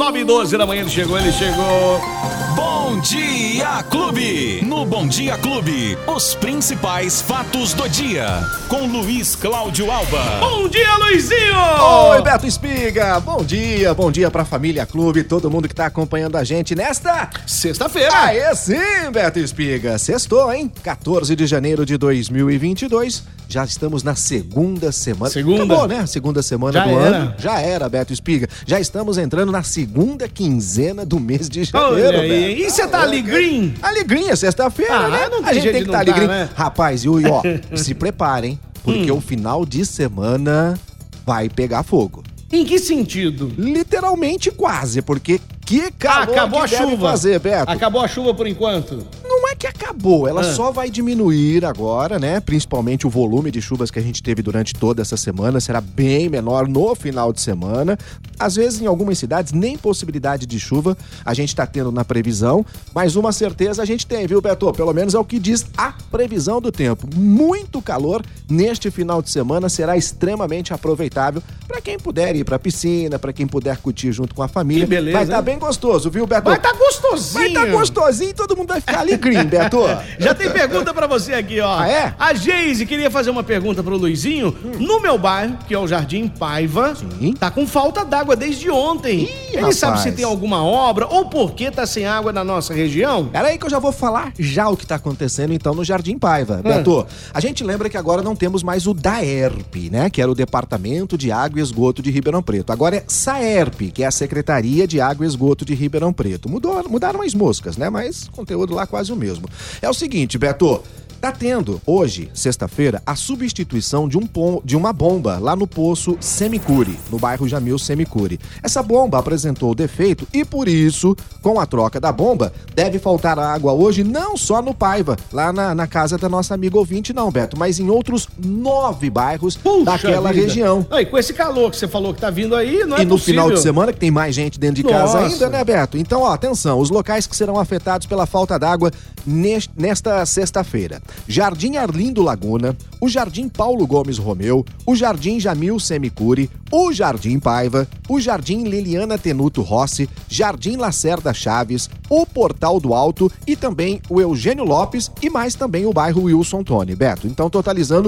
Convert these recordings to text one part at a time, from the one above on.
9h12 da manhã ele chegou. Bom Dia Clube. No Bom Dia Clube, os principais fatos do dia. Com Luiz Cláudio Alba. Bom dia, Luizinho! Oi, Beto Espiga. Bom dia pra família Clube, todo mundo que tá acompanhando a gente nesta sexta-feira. Aê sim, Beto Espiga. Sextou, hein? 14 de janeiro de 2022. Já estamos na segunda semana. Acabou, né? Segunda semana do ano. Já era, Beto Espiga. Já estamos entrando na segunda quinzena do mês de janeiro, Beto. E você tá alegrinho? Alegrinha, sexta-feira, né? Não tem a gente jeito tem que estar alegrinho. Né? Rapaz, e ó, se preparem, porque o final de semana vai pegar fogo. Em que sentido? Literalmente quase, porque que calor acabou que a chuva. Fazer, Beto. Acabou a chuva por enquanto? Não é que acabou, ela só vai diminuir agora, né? Principalmente o volume de chuvas que a gente teve durante toda essa semana será bem menor no final de semana. Às vezes, em algumas cidades, nem possibilidade de chuva a gente tá tendo na previsão, mas uma certeza a gente tem, viu, Beto? Pelo menos é o que diz a previsão do tempo. Muito calor neste final de semana, será extremamente aproveitável para quem puder ir pra piscina, para quem puder curtir junto com a família. Que beleza, vai estar bem gostoso, viu, Beto? Vai estar gostosinho. Vai estar gostosinho e todo mundo vai ficar alegrinho, Beto. Já tem pergunta pra você aqui, ó. Ah, é? A Geise queria fazer uma pergunta pro Luizinho. No meu bairro, que é o Jardim Paiva, tá com falta d'água desde ontem. Ele sabe se tem alguma obra ou por que tá sem água na nossa região? Pera aí que eu já vou falar já o que tá acontecendo então no Jardim Paiva. Beto, a gente lembra que agora não temos mais o DAERP, né? Que era o Departamento de Água e Esgoto de Ribeirão Preto. Agora é SAERP, que é a Secretaria de Água e Esgoto de Ribeirão Preto. Mudaram as moscas, né? Mas o conteúdo lá quase o mesmo. É o seguinte, Beto, tá tendo hoje, sexta-feira, a substituição de uma bomba lá no poço Semicuri, no bairro Jamil Semicuri. Essa bomba apresentou defeito e por isso, com a troca da bomba, deve faltar água hoje não só no Paiva, lá na casa da nossa amiga ouvinte não, Beto, mas em outros 9 bairros daquela região. E com esse calor que você falou que tá vindo aí, não é possível. E no final de semana, que tem mais gente dentro de casa ainda, né, Beto? Então, ó, atenção, os locais que serão afetados pela falta d'água nesta sexta-feira: Jardim Arlindo Laguna, o Jardim Paulo Gomes Romeu, o Jardim Jamil Semicuri, o Jardim Paiva, o Jardim Liliana Tenuto Rossi, Jardim Lacerda Chaves, o Portal do Alto e também o Eugênio Lopes e mais também o bairro Wilson Tony, Beto. Então, totalizando,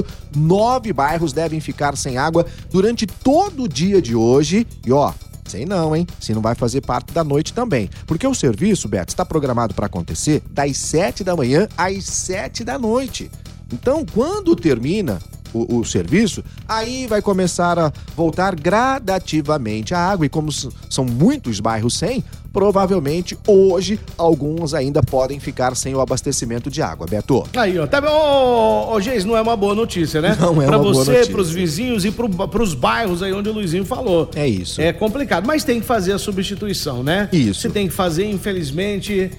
9 bairros devem ficar sem água durante todo o dia de hoje e, ó, sei não, hein? Se não vai fazer parte da noite também. Porque o serviço, Beto, está programado para acontecer das 7 da manhã às 7 da noite. Então, quando termina o serviço, aí vai começar a voltar gradativamente a água. E como são muitos bairros sem, provavelmente hoje alguns ainda podem ficar sem o abastecimento de água, Beto. Aí, ó, tá bom. Ô, Geis, não é uma boa notícia, né? Não é uma boa notícia. Pra você, pros vizinhos e pros bairros aí onde o Luizinho falou. É isso. É complicado, mas tem que fazer a substituição, né? Isso. Você tem que fazer, infelizmente.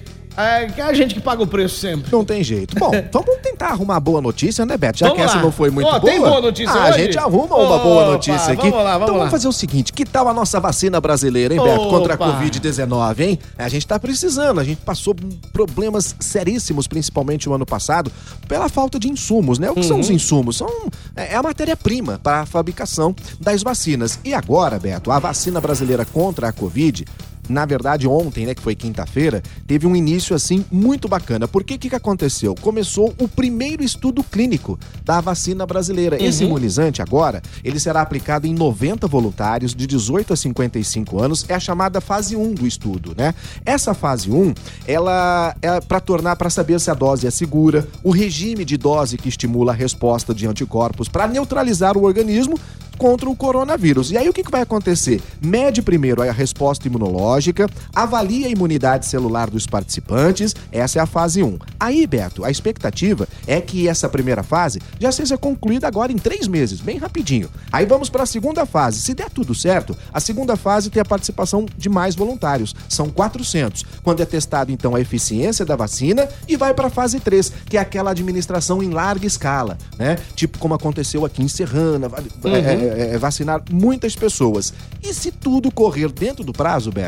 É a gente que paga o preço sempre. Não tem jeito. Bom, vamos tentar arrumar uma boa notícia, né, Beto? Já vamos que essa lá. não foi muito boa. Tem boa notícia hoje? A gente arruma uma boa notícia aqui. Vamos lá. Então vamos fazer o seguinte, que tal a nossa vacina brasileira, hein, Beto? Contra a Covid-19, hein? A gente tá precisando, a gente passou problemas seríssimos, principalmente o ano passado, pela falta de insumos, né? O que são os insumos? É a matéria-prima para a fabricação das vacinas. E agora, Beto, a vacina brasileira contra a Covid, na verdade, ontem, né, que foi quinta-feira, teve um início, assim, muito bacana. Porque o que aconteceu? Começou o primeiro estudo clínico da vacina brasileira. Esse imunizante, agora, ele será aplicado em 90 voluntários de 18 a 55 anos. É a chamada fase 1 do estudo, né? Essa fase 1, ela é para saber se a dose é segura, o regime de dose que estimula a resposta de anticorpos para neutralizar o organismo contra o coronavírus. E aí o que vai acontecer? Mede primeiro a resposta imunológica, avalia a imunidade celular dos participantes, essa é a fase 1. Aí, Beto, a expectativa é que essa primeira fase já seja concluída agora em 3 meses, bem rapidinho. Aí vamos para a segunda fase. Se der tudo certo, a segunda fase tem a participação de mais voluntários, são 400, quando é testado então a eficiência da vacina, e vai para a fase 3, que é aquela administração em larga escala, né? Tipo como aconteceu aqui em Serrana, vacinar muitas pessoas. E se tudo correr dentro do prazo, Beto,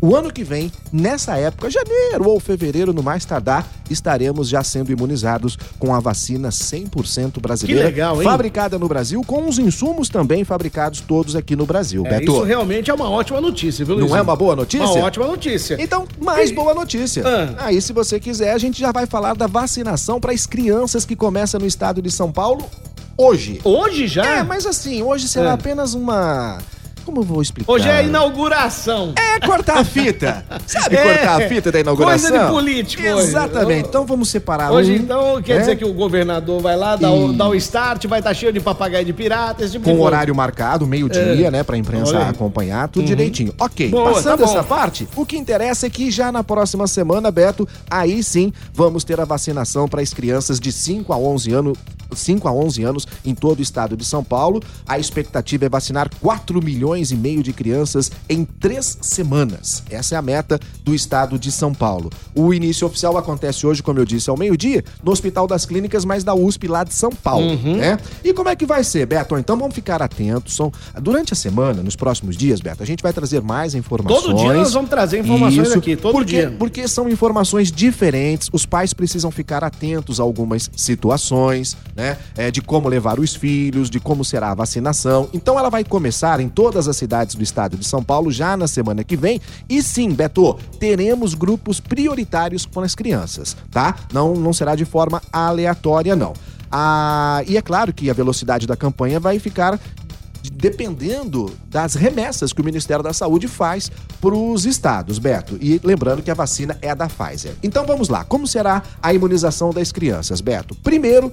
O ano que vem, nessa época, janeiro ou fevereiro, no mais tardar, estaremos já sendo imunizados com a vacina 100% brasileira. Que legal, hein? Fabricada no Brasil, com os insumos também fabricados todos aqui no Brasil, Beto. Isso realmente é uma ótima notícia, viu, Luizinho? Não é uma boa notícia? Uma ótima notícia. Então, mais boa notícia. Aí, se você quiser, a gente já vai falar da vacinação para as crianças que começa no estado de São Paulo hoje. Hoje já? Mas assim, hoje será apenas uma... Como eu vou explicar? Hoje é a inauguração. É cortar a fita. Sabe cortar a fita da inauguração? Coisa de político. Exatamente. Hoje. Então vamos separar hoje, então, quer dizer que o governador vai lá, dá o start, vai estar cheio de papagaio de pirata, esse tipo com de horário marcado, meio-dia, né? Pra imprensa acompanhar, tudo direitinho. Ok, boa, passando essa parte, o que interessa é que já na próxima semana, Beto, aí sim, vamos ter a vacinação para as crianças de 5 a 11 anos em todo o estado de São Paulo. A expectativa é vacinar 4,5 milhões de crianças em 3 semanas. Essa é a meta do estado de São Paulo. O início oficial acontece hoje, como eu disse, ao meio-dia, no Hospital das Clínicas, mas da USP lá de São Paulo, né? E como é que vai ser, Beto? Então vamos ficar atentos. Durante a semana, nos próximos dias, Beto, a gente vai trazer mais informações. Todo dia nós vamos trazer informações aqui, todo dia. Porque são informações diferentes, os pais precisam ficar atentos a algumas situações, né? De como levar os filhos, de como será a vacinação. Então ela vai começar em todas as cidades do estado de São Paulo já na semana que vem. E sim, Beto, teremos grupos prioritários com as crianças, tá? Não será de forma aleatória, não. E é claro que a velocidade da campanha vai ficar dependendo das remessas que o Ministério da Saúde faz para os estados, Beto. E lembrando que a vacina é a da Pfizer. Então vamos lá, como será a imunização das crianças, Beto? Primeiro,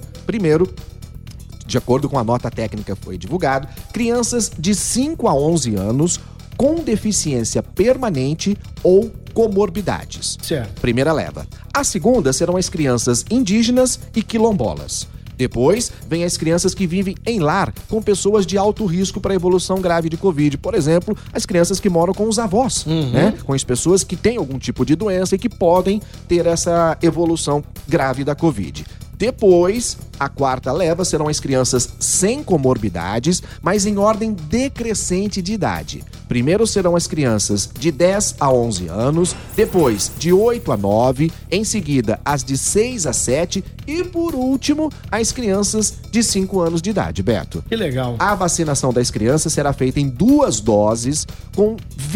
de acordo com a nota técnica que foi divulgado, crianças de 5 a 11 anos com deficiência permanente ou comorbidades. Certo. Primeira leva. A segunda serão as crianças indígenas e quilombolas. Depois, vem as crianças que vivem em lar com pessoas de alto risco para evolução grave de Covid. Por exemplo, as crianças que moram com os avós, né? Com as pessoas que têm algum tipo de doença e que podem ter essa evolução grave da Covid. Depois, a quarta leva serão as crianças sem comorbidades, mas em ordem decrescente de idade. Primeiro serão as crianças de 10 a 11 anos, depois de 8 a 9, em seguida as de 6 a 7 e, por último, as crianças de 5 anos de idade, Beto. Que legal. A vacinação das crianças será feita em 2 doses, com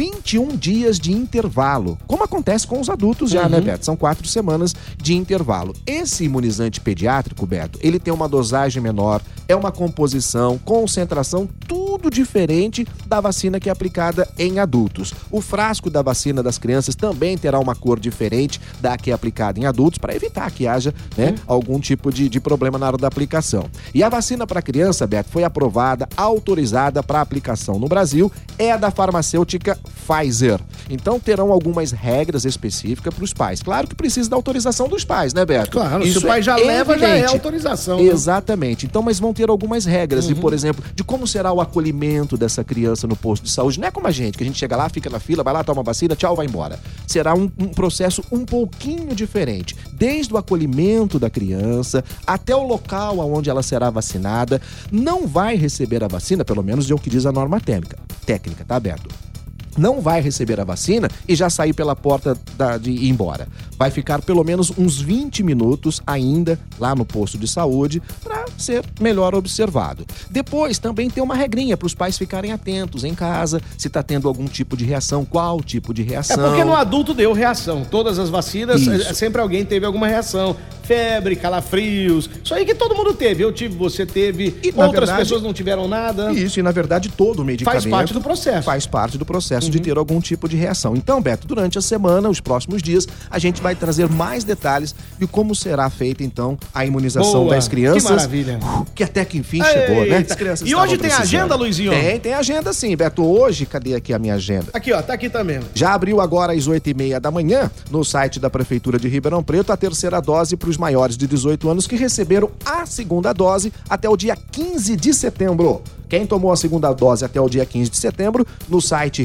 21 dias de intervalo, como acontece com os adultos já, né, Beto? São 4 semanas de intervalo. Esse imunizante pediátrico, Beto, ele tem uma dosagem menor, é uma composição, concentração, tudo diferente da vacina que é aplicada em adultos. O frasco da vacina das crianças também terá uma cor diferente da que é aplicada em adultos, para evitar que haja, né, algum tipo de problema na hora da aplicação. E a vacina para criança, Beto, foi aprovada, autorizada para aplicação no Brasil, é a da farmacêutica Pfizer. Então terão algumas regras específicas para os pais. Claro que precisa da autorização dos pais, né, Beto? Claro, isso se o pai já leva, já é autorização. Né? Exatamente. Então, mas vão ter algumas regras, de, por exemplo, de como será o acolhimento dessa criança no posto de saúde. Não é como a gente, que a gente chega lá, fica na fila, vai lá, toma vacina, tchau, vai embora. Será um processo um pouquinho diferente. Desde o acolhimento da criança até o local onde ela será vacinada, não vai receber a vacina, pelo menos é o que diz a norma técnica, tá, Beto? Não vai receber a vacina e já sair pela porta de ir embora. Vai ficar pelo menos uns 20 minutos ainda lá no posto de saúde para ser melhor observado. Depois também tem uma regrinha para os pais ficarem atentos em casa, se está tendo algum tipo de reação, qual tipo de reação. É porque no adulto deu reação. Todas as vacinas, sempre alguém teve alguma reação. Febre, calafrios, isso aí que todo mundo teve. Eu tive, você teve, e, outras pessoas não tiveram nada. Isso, e na verdade todo medicamento faz parte do processo. Faz parte do processo de ter algum tipo de reação. Então, Beto, durante a semana, os próximos dias, a gente vai trazer mais detalhes de como será feita, então, a imunização das crianças. Que maravilha. Que até que enfim chegou, né? As crianças e hoje tem agenda, Luizinho? Tem agenda sim, Beto. Hoje, cadê aqui a minha agenda? Aqui, ó, tá aqui também. Já abriu agora às 8h30 da manhã, no site da Prefeitura de Ribeirão Preto, a terceira dose para os maiores de 18 anos que receberam a segunda dose até o dia 15 de setembro. Quem tomou a segunda dose até o dia 15 de setembro, no site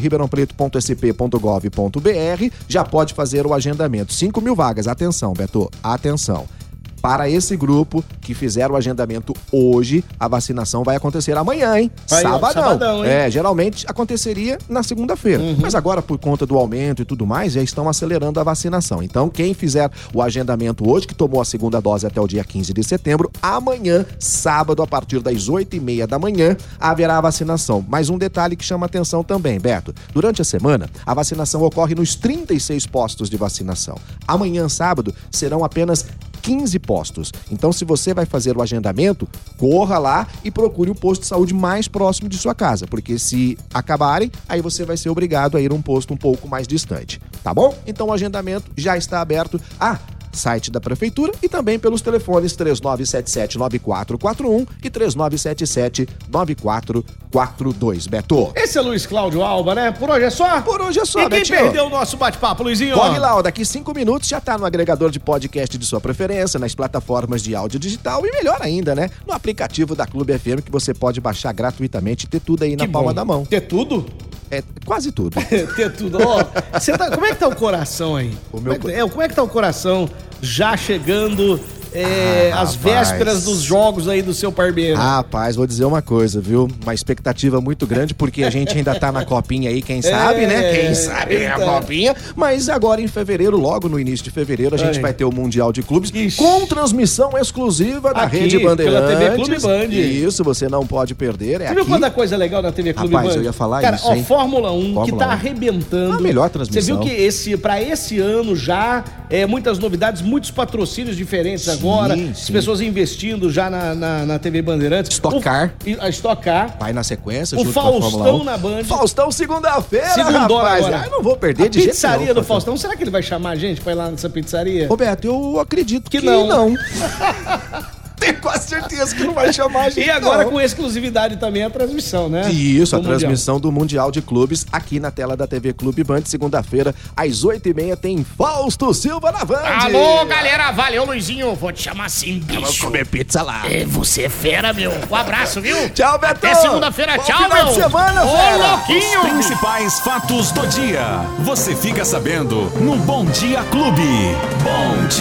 ribeirãopreto.sp.gov.br, já pode fazer o agendamento. 5.000 vagas. Atenção, Beto, atenção. Para esse grupo que fizer o agendamento hoje, a vacinação vai acontecer amanhã, hein? Sabadão, hein? Geralmente aconteceria na segunda-feira. Mas agora, por conta do aumento e tudo mais, já estão acelerando a vacinação. Então, quem fizer o agendamento hoje, que tomou a segunda dose até o dia 15 de setembro, amanhã, sábado, a partir das 8h30 da manhã, haverá a vacinação. Mas um detalhe que chama atenção também, Beto. Durante a semana, a vacinação ocorre nos 36 postos de vacinação. Amanhã, sábado, serão apenas 15 postos. Então, se você vai fazer o agendamento, corra lá e procure o posto de saúde mais próximo de sua casa, porque se acabarem, aí você vai ser obrigado a ir a um posto um pouco mais distante, tá bom? Então, o agendamento já está aberto. Site da Prefeitura e também pelos telefones 3977-9441 e 3977-9442. Beto. Esse é Luiz Cláudio Alba, né? Por hoje é só? Por hoje é só, E quem Betinho? perdeu o nosso bate-papo, Luizinho? Corre lá, daqui 5 minutos já tá no agregador de podcast de sua preferência, nas plataformas de áudio digital e melhor ainda, né? No aplicativo da Clube FM que você pode baixar gratuitamente e ter tudo aí na palma da mão. Ter tudo? É, quase tudo. Ter tudo. Ó, como é que tá o coração aí? Como é que tá o coração já chegando às vésperas dos jogos aí do seu parmeiro? Rapaz, vou dizer uma coisa, viu? Uma expectativa muito grande, porque a gente ainda tá na copinha aí, quem sabe, né? Quem sabe a copinha. Mas agora em fevereiro, logo no início de fevereiro, a gente vai ter o Mundial de Clubes com transmissão exclusiva da Rede Bandeirantes. Pela TV Clube Band. Isso, você não pode perder. Você viu quanta coisa legal na TV Clube Band? Rapaz, eu ia falar cara, isso, hein? Fórmula 1, que tá arrebentando. A melhor transmissão. Você viu que pra esse ano já, muitas novidades, muitos patrocínios diferentes agora. As pessoas investindo já na TV Bandeirantes. Stock Car. A Stock Car. Vai na sequência, o Faustão na Band. Faustão segunda-feira, rapaz. Eu não vou perder de jeito nenhum. Pizzaria do Faustão, será que ele vai chamar a gente pra ir lá nessa pizzaria? Roberto, eu acredito que não. Tenho quase certeza que não vai chamar a gente. E agora com exclusividade também a transmissão, né? Isso, a transmissão do Mundial de Clubes aqui na tela da TV Clube Band, segunda-feira, às 8h30, tem Fausto Silva na Band. Alô, galera, valeu, Luizinho. Vou te chamar assim, bicho. Vamos comer pizza lá. Você é fera, meu. Um abraço, viu? Tchau, Beto. Até segunda-feira, tchau, final meu. de semana, Ô, louquinho. Os principais fatos do dia. Você fica sabendo no Bom Dia Clube. Bom Dia.